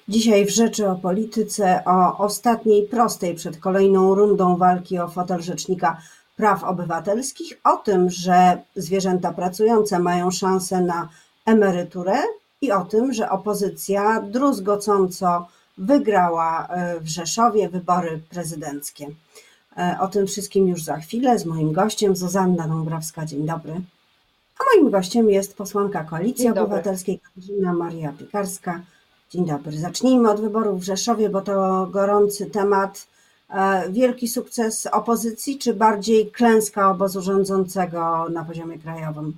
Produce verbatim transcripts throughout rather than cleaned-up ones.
Dzisiaj w Rzeczy o Polityce o ostatniej prostej przed kolejną rundą walki o fotel Rzecznika Praw Obywatelskich, o tym, że zwierzęta pracujące mają szansę na emeryturę i o tym, że opozycja druzgocąco wygrała w Rzeszowie wybory prezydenckie. O tym wszystkim już za chwilę z moim gościem, Zuzanna Dąbrowska. Dzień dobry. A moim gościem jest posłanka Koalicji Obywatelskiej Katarzyna Maria Piekarska. Dzień dobry. Zacznijmy od wyborów w Rzeszowie, bo to gorący temat. Wielki sukces opozycji, czy bardziej klęska obozu rządzącego na poziomie krajowym?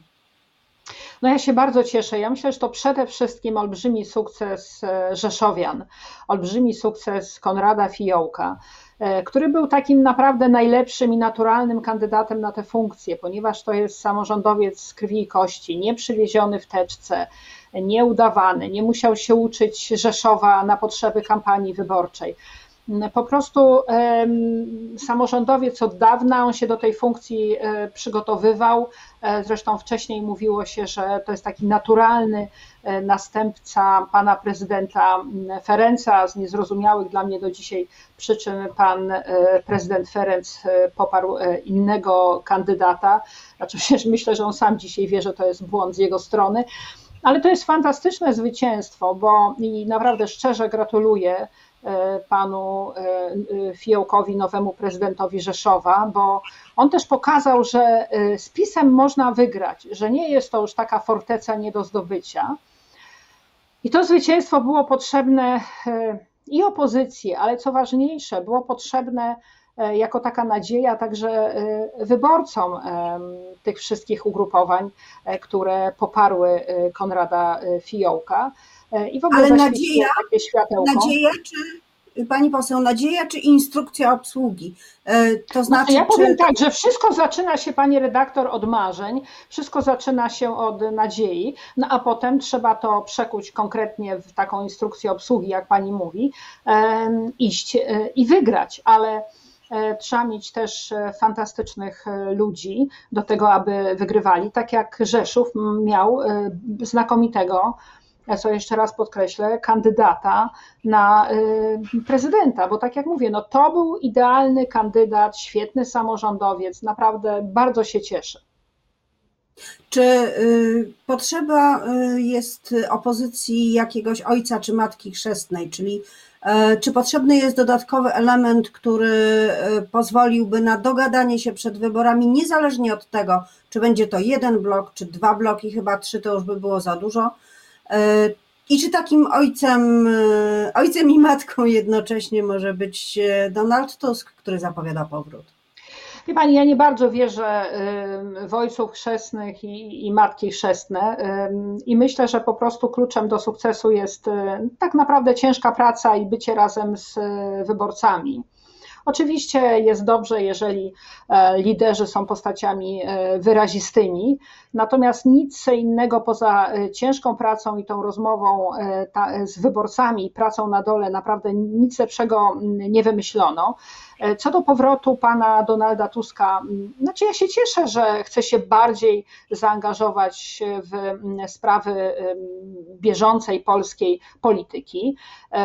No ja się bardzo cieszę. Ja myślę, że to przede wszystkim olbrzymi sukces rzeszowian, olbrzymi sukces Konrada Fiołka, który był takim naprawdę najlepszym i naturalnym kandydatem na tę funkcję, ponieważ to jest samorządowiec z krwi i kości, nie przywieziony w teczce, nieudawany, nie musiał się uczyć Rzeszowa na potrzeby kampanii wyborczej. Po prostu um, samorządowiec od dawna, on się do tej funkcji um, przygotowywał. Zresztą wcześniej mówiło się, że to jest taki naturalny um, następca pana prezydenta Ferenca. Z niezrozumiałych dla mnie do dzisiaj przyczyn pan um, prezydent Ferenc um, poparł um, innego kandydata. Znaczy, myślę, że on sam dzisiaj wie, że to jest błąd z jego strony. Ale to jest fantastyczne zwycięstwo, bo i naprawdę szczerze gratuluję panu Fiołkowi, nowemu prezydentowi Rzeszowa, bo on też pokazał, że z PiS-em można wygrać, że nie jest to już taka forteca nie do zdobycia. I to zwycięstwo było potrzebne i opozycji, ale co ważniejsze, było potrzebne jako taka nadzieja także wyborcom tych wszystkich ugrupowań, które poparły Konrada Fiołka. I w ogóle ale nadzieja, takie światełko. Nadzieja czy, pani poseł, nadzieja czy instrukcja obsługi? To znaczy, no, ja powiem czy... tak, że wszystko zaczyna się, pani redaktor, od marzeń, wszystko zaczyna się od nadziei, no a potem trzeba to przekuć konkretnie w taką instrukcję obsługi, jak pani mówi, iść i wygrać, ale trzeba mieć też fantastycznych ludzi do tego, aby wygrywali, tak jak Rzeszów miał znakomitego, co jeszcze raz podkreślę, kandydata na prezydenta, bo tak jak mówię, no to był idealny kandydat, świetny samorządowiec, naprawdę bardzo się cieszę. Czy potrzeba jest opozycji jakiegoś ojca czy matki chrzestnej, czyli czy potrzebny jest dodatkowy element, który pozwoliłby na dogadanie się przed wyborami, niezależnie od tego, czy będzie to jeden blok, czy dwa bloki, chyba trzy to już by było za dużo, i czy takim ojcem, ojcem i matką jednocześnie może być Donald Tusk, który zapowiada powrót? Wie pani, ja nie bardzo wierzę w ojców chrzestnych i, i matki chrzestne i myślę, że po prostu kluczem do sukcesu jest tak naprawdę ciężka praca i bycie razem z wyborcami. Oczywiście jest dobrze, jeżeli liderzy są postaciami wyrazistymi, natomiast nic innego poza ciężką pracą i tą rozmową z wyborcami, pracą na dole, naprawdę nic lepszego nie wymyślono. Co do powrotu pana Donalda Tuska, znaczy ja się cieszę, że chce się bardziej zaangażować w sprawy bieżącej polskiej polityki.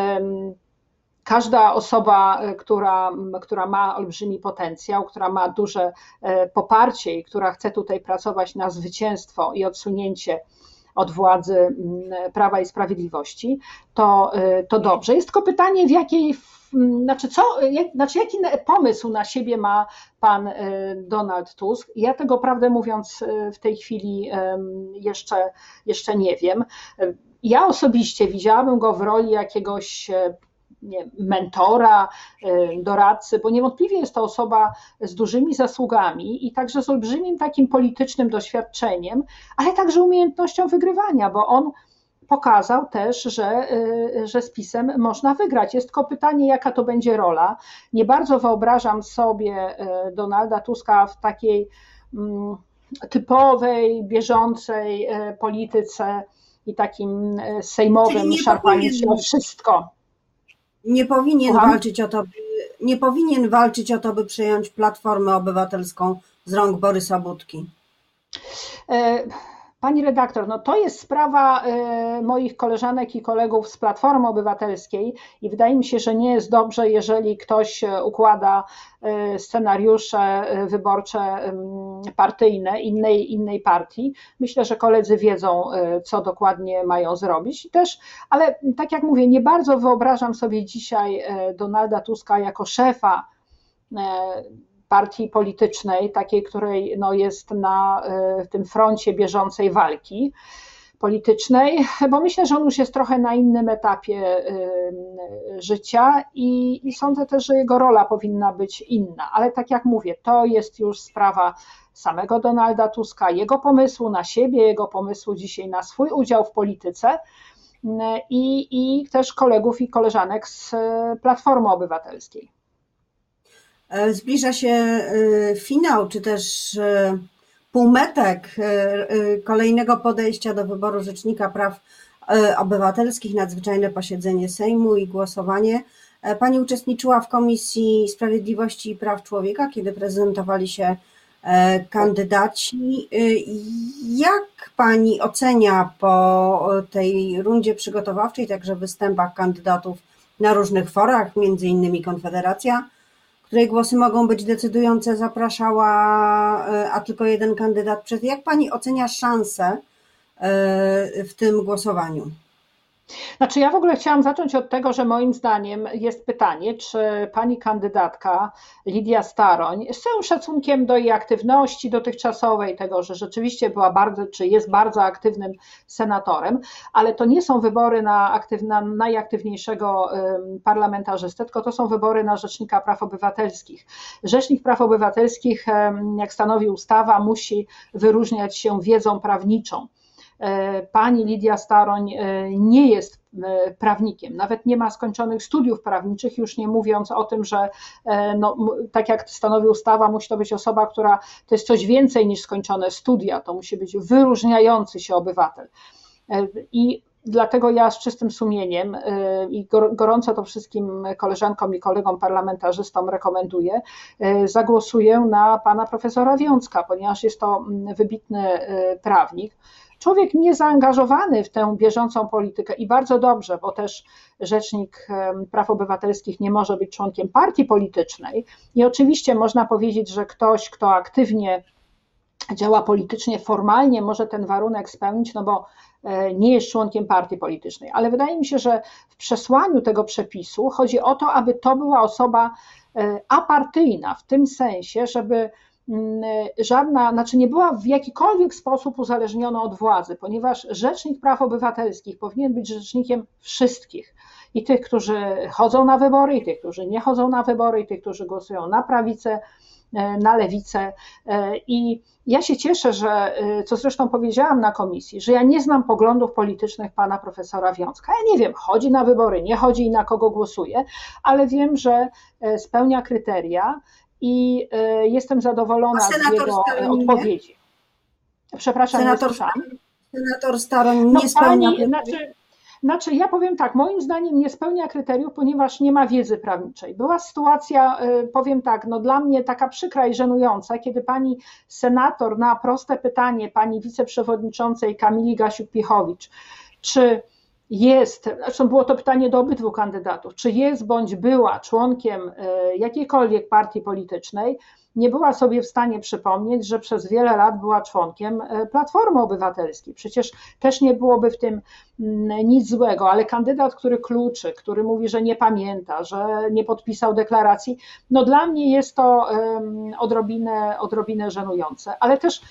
Każda osoba, która, która ma olbrzymi potencjał, która ma duże poparcie i która chce tutaj pracować na zwycięstwo i odsunięcie od władzy Prawa i Sprawiedliwości, to, to dobrze. Jest tylko pytanie, w jakiej, znaczy, co, jak, znaczy jaki pomysł na siebie ma pan Donald Tusk. Ja tego, prawdę mówiąc, w tej chwili jeszcze, jeszcze nie wiem. Ja osobiście widziałabym go w roli jakiegoś nie, mentora, doradcy, bo niewątpliwie jest to osoba z dużymi zasługami i także z olbrzymim takim politycznym doświadczeniem, ale także umiejętnością wygrywania, bo on pokazał też, że, że z PiS-em można wygrać. Jest tylko pytanie, jaka to będzie rola. Nie bardzo wyobrażam sobie Donalda Tuska w takiej typowej, bieżącej polityce i takim sejmowym szarpaniu się o wszystko. Nie powinien walczyć o to, by, nie powinien walczyć o to, by przejąć Platformę Obywatelską z rąk Borysa Budki. Pani redaktor, no to jest sprawa y, moich koleżanek i kolegów z Platformy Obywatelskiej i wydaje mi się, że nie jest dobrze, jeżeli ktoś układa y, scenariusze wyborcze y, partyjne innej, innej partii. Myślę, że koledzy wiedzą, y, co dokładnie mają zrobić. I też, ale tak jak mówię, nie bardzo wyobrażam sobie dzisiaj y, Donalda Tuska jako szefa y, partii politycznej, takiej, której no, jest na w tym froncie bieżącej walki politycznej, bo myślę, że on już jest trochę na innym etapie życia i, i sądzę też, że jego rola powinna być inna, ale tak jak mówię, to jest już sprawa samego Donalda Tuska, jego pomysłu na siebie, jego pomysłu dzisiaj na swój udział w polityce i, i też kolegów i koleżanek z Platformy Obywatelskiej. Zbliża się finał, czy też półmetek kolejnego podejścia do wyboru Rzecznika Praw Obywatelskich, nadzwyczajne posiedzenie Sejmu i głosowanie. Pani uczestniczyła w Komisji Sprawiedliwości i Praw Człowieka, kiedy prezentowali się kandydaci. Jak pani ocenia po tej rundzie przygotowawczej, także występach kandydatów na różnych forach, między innymi Konfederacja, której głosy mogą być decydujące, zapraszała, a tylko jeden kandydat przed. Jak pani ocenia szanse w tym głosowaniu? Znaczy ja w ogóle chciałam zacząć od tego, że moim zdaniem jest pytanie, czy pani kandydatka Lidia Staroń, z całym szacunkiem do jej aktywności dotychczasowej, tego, że rzeczywiście była bardzo, czy jest bardzo aktywnym senatorem, ale to nie są wybory na, aktyw, na najaktywniejszego parlamentarzystę, tylko to są wybory na Rzecznika Praw Obywatelskich. Rzecznik Praw Obywatelskich, jak stanowi ustawa, musi wyróżniać się wiedzą prawniczą. Pani Lidia Staroń nie jest prawnikiem, nawet nie ma skończonych studiów prawniczych, już nie mówiąc o tym, że no, tak jak stanowi ustawa, musi to być osoba, która to jest coś więcej niż skończone studia, to musi być wyróżniający się obywatel. I dlatego ja z czystym sumieniem i gorąco to wszystkim koleżankom i kolegom parlamentarzystom rekomenduję, zagłosuję na pana profesora Wiącka, ponieważ jest to wybitny prawnik. Człowiek niezaangażowany w tę bieżącą politykę i bardzo dobrze, bo też Rzecznik Praw Obywatelskich nie może być członkiem partii politycznej i oczywiście można powiedzieć, że ktoś, kto aktywnie działa politycznie, formalnie może ten warunek spełnić, no bo nie jest członkiem partii politycznej, ale wydaje mi się, że w przesłaniu tego przepisu chodzi o to, aby to była osoba apartyjna, w tym sensie, żeby żadna, znaczy nie była w jakikolwiek sposób uzależniona od władzy, ponieważ Rzecznik Praw Obywatelskich powinien być rzecznikiem wszystkich. I tych, którzy chodzą na wybory, i tych, którzy nie chodzą na wybory, i tych, którzy głosują na prawicę, na lewicę. I ja się cieszę, że, co zresztą powiedziałam na komisji, że ja nie znam poglądów politycznych pana profesora Wiącka. Ja nie wiem, chodzi na wybory, nie chodzi i na kogo głosuje, ale wiem, że spełnia kryteria i jestem zadowolona z jego odpowiedzi. Przepraszam, senator, nie senator Staroń nie no, spełnia pani, znaczy, znaczy ja powiem tak, moim zdaniem nie spełnia kryteriów, ponieważ nie ma wiedzy prawniczej. Była sytuacja, powiem tak, no dla mnie taka przykra i żenująca, kiedy pani senator na proste pytanie pani wiceprzewodniczącej Kamili Gasiuk-Pihowicz, czy jest, zresztą było to pytanie do obydwu kandydatów, czy jest bądź była członkiem jakiejkolwiek partii politycznej, nie była sobie w stanie przypomnieć, że przez wiele lat była członkiem Platformy Obywatelskiej. Przecież też nie byłoby w tym nic złego, ale kandydat, który kluczy, który mówi, że nie pamięta, że nie podpisał deklaracji, no dla mnie jest to odrobinę, odrobinę żenujące, ale też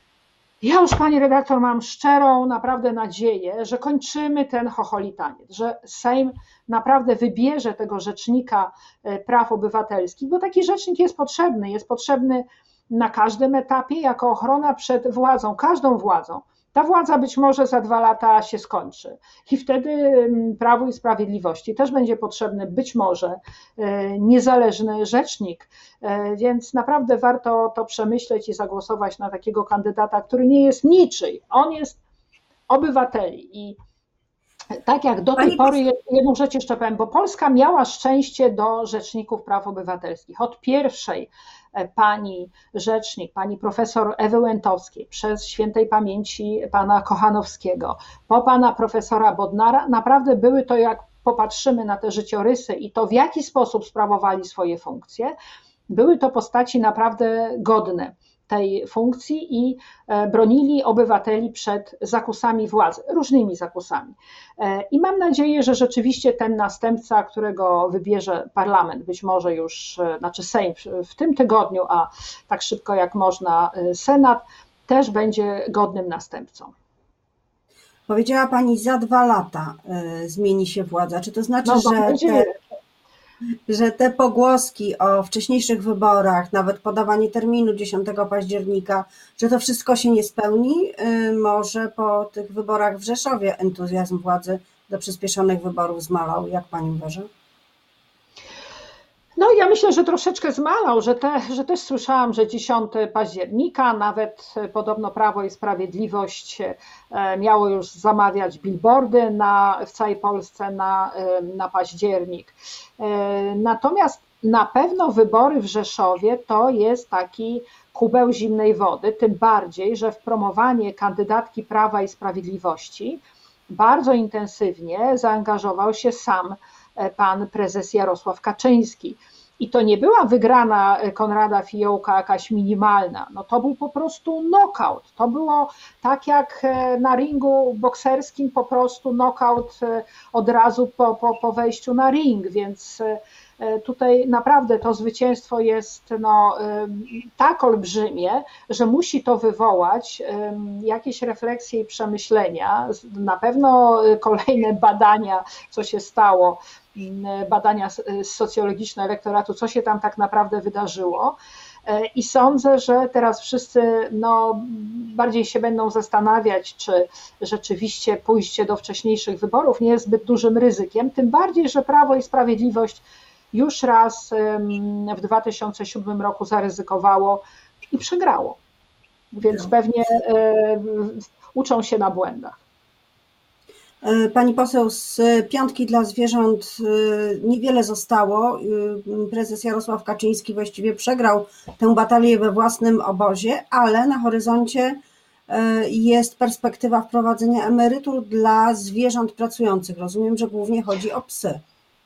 ja już, pani redaktor, mam szczerą naprawdę nadzieję, że kończymy ten chocholitaniec, że Sejm naprawdę wybierze tego rzecznika praw obywatelskich, bo taki rzecznik jest potrzebny, jest potrzebny na każdym etapie jako ochrona przed władzą, każdą władzą. Ta władza być może za dwa lata się skończy i wtedy Prawu i Sprawiedliwości też będzie potrzebny być może niezależny rzecznik, więc naprawdę warto to przemyśleć i zagłosować na takiego kandydata, który nie jest niczyj, on jest obywateli. I tak jak do tej pory, jedną rzecz jeszcze powiem, bo Polska miała szczęście do rzeczników praw obywatelskich. Od pierwszej pani rzecznik, pani profesor Ewy Łętowskiej, przez świętej pamięci pana Kochanowskiego, po pana profesora Bodnara, naprawdę były to, jak popatrzymy na te życiorysy i to, w jaki sposób sprawowali swoje funkcje, były to postaci naprawdę godne tej funkcji i bronili obywateli przed zakusami władzy, różnymi zakusami. I mam nadzieję, że rzeczywiście ten następca, którego wybierze parlament, być może już, znaczy Sejm w tym tygodniu, a tak szybko jak można Senat, też będzie godnym następcą. Powiedziała Pani, za dwa lata zmieni się władza. Czy to znaczy, no, że te, że te pogłoski o wcześniejszych wyborach, nawet podawanie terminu dziesiątego października, że to wszystko się nie spełni? Może po tych wyborach w Rzeszowie entuzjazm władzy do przyspieszonych wyborów zmalał? Jak Pani uważa? No ja myślę, że troszeczkę zmalał, że, te, że też słyszałam, że dziesiątego października nawet podobno Prawo i Sprawiedliwość miało już zamawiać billboardy na, w całej Polsce na, na październik. Natomiast na pewno wybory w Rzeszowie to jest taki kubeł zimnej wody, tym bardziej, że w promowanie kandydatki Prawa i Sprawiedliwości bardzo intensywnie zaangażował się sam pan prezes Jarosław Kaczyński. I to nie była wygrana Konrada Fiołka jakaś minimalna, no to był po prostu knockout. To było tak jak na ringu bokserskim, po prostu knockout od razu po, po, po wejściu na ring, więc tutaj naprawdę to zwycięstwo jest no, tak olbrzymie, że musi to wywołać jakieś refleksje i przemyślenia, na pewno kolejne badania, co się stało, badania socjologiczne elektoratu, co się tam tak naprawdę wydarzyło. I sądzę, że teraz wszyscy no, bardziej się będą zastanawiać, czy rzeczywiście pójście do wcześniejszych wyborów nie jest zbyt dużym ryzykiem, tym bardziej, że Prawo i Sprawiedliwość już raz w dwa tysiące siódmym roku zaryzykowało i przegrało. Więc no. pewnie uczą się na błędach. Pani poseł, z piątki dla zwierząt niewiele zostało. Prezes Jarosław Kaczyński właściwie przegrał tę batalię we własnym obozie, ale na horyzoncie jest perspektywa wprowadzenia emerytur dla zwierząt pracujących. Rozumiem, że głównie chodzi o psy.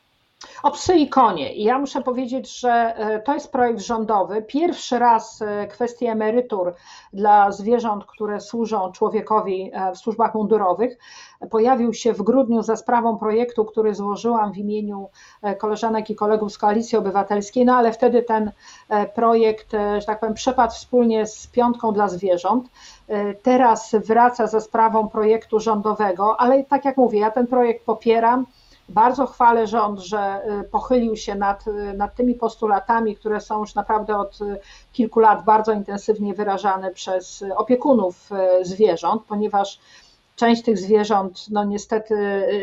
O psy i konie. I ja muszę powiedzieć, że to jest projekt rządowy. Pierwszy raz kwestie emerytur dla zwierząt, które służą człowiekowi w służbach mundurowych, pojawił się w grudniu za sprawą projektu, który złożyłam w imieniu koleżanek i kolegów z Koalicji Obywatelskiej, no ale wtedy ten projekt, że tak powiem, przepadł wspólnie z piątką dla zwierząt. Teraz wraca za sprawą projektu rządowego, ale tak jak mówię, ja ten projekt popieram. Bardzo chwalę rząd, że pochylił się nad, nad tymi postulatami, które są już naprawdę od kilku lat bardzo intensywnie wyrażane przez opiekunów zwierząt, ponieważ część tych zwierząt, no niestety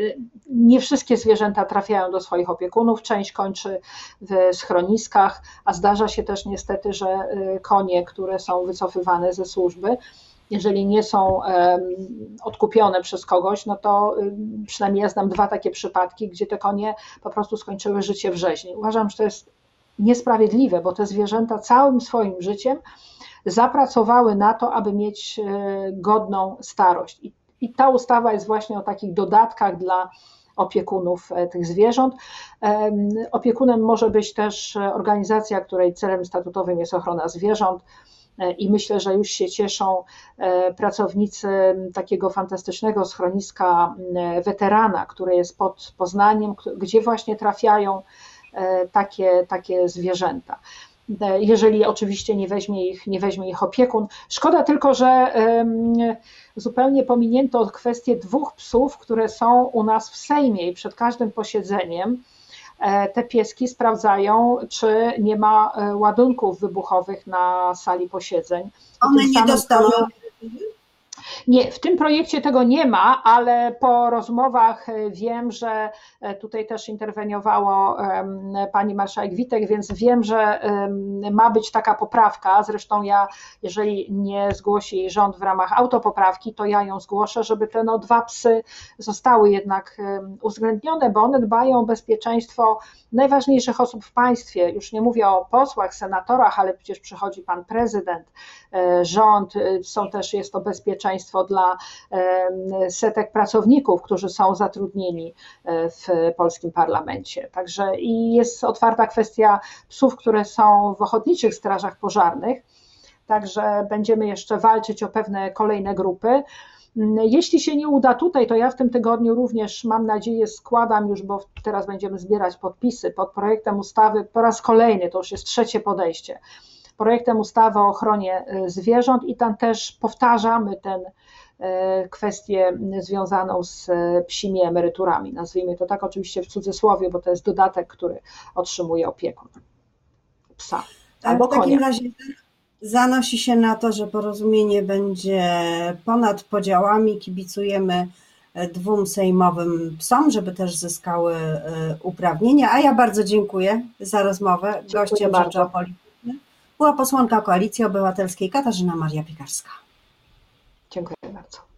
nie wszystkie zwierzęta trafiają do swoich opiekunów, część kończy w schroniskach, a zdarza się też niestety, że konie, które są wycofywane ze służby, jeżeli nie są odkupione przez kogoś, no to przynajmniej ja znam dwa takie przypadki, gdzie te konie po prostu skończyły życie w rzeźni. Uważam, że to jest niesprawiedliwe, bo te zwierzęta całym swoim życiem zapracowały na to, aby mieć godną starość. I, i ta ustawa jest właśnie o takich dodatkach dla opiekunów tych zwierząt. Opiekunem może być też organizacja, której celem statutowym jest ochrona zwierząt. I myślę, że już się cieszą pracownicy takiego fantastycznego schroniska weterana, które jest pod Poznaniem, gdzie właśnie trafiają takie, takie zwierzęta. Jeżeli oczywiście nie weźmie ich, nie weźmie ich opiekun. Szkoda tylko, że zupełnie pominięto kwestię dwóch psów, które są u nas w Sejmie i przed każdym posiedzeniem te pieski sprawdzają, czy nie ma ładunków wybuchowych na sali posiedzeń. One nie dostaną. Nie, w tym projekcie tego nie ma, ale po rozmowach wiem, że tutaj też interweniowało pani marszałek Witek, więc wiem, że ma być taka poprawka. Zresztą ja, jeżeli nie zgłosi jej rząd w ramach autopoprawki, to ja ją zgłoszę, żeby te no, dwa psy zostały jednak uwzględnione, bo one dbają o bezpieczeństwo najważniejszych osób w państwie. Już nie mówię o posłach, senatorach, ale przecież przychodzi pan prezydent, rząd, są też, jest to bezpieczeństwo dla setek pracowników, którzy są zatrudnieni w polskim parlamencie. Także i jest otwarta kwestia psów, które są w ochotniczych strażach pożarnych, także będziemy jeszcze walczyć o pewne kolejne grupy. Jeśli się nie uda tutaj, to ja w tym tygodniu również, mam nadzieję, składam już, bo teraz będziemy zbierać podpisy pod projektem ustawy po raz kolejny, to już jest trzecie podejście, projektem ustawy o ochronie zwierząt i tam też powtarzamy tę kwestię związaną z psimi emeryturami. Nazwijmy to tak, oczywiście w cudzysłowie, bo to jest dodatek, który otrzymuje opiekun psa albo konia. W takim razie zanosi się na to, że porozumienie będzie ponad podziałami. Kibicujemy dwóm sejmowym psom, żeby też zyskały uprawnienia. A ja bardzo dziękuję za rozmowę. Dziękuję Gościem bardzo. Rzeczy o Polityce była posłanka Koalicji Obywatelskiej Katarzyna Maria Piekarska. Dziękuję bardzo.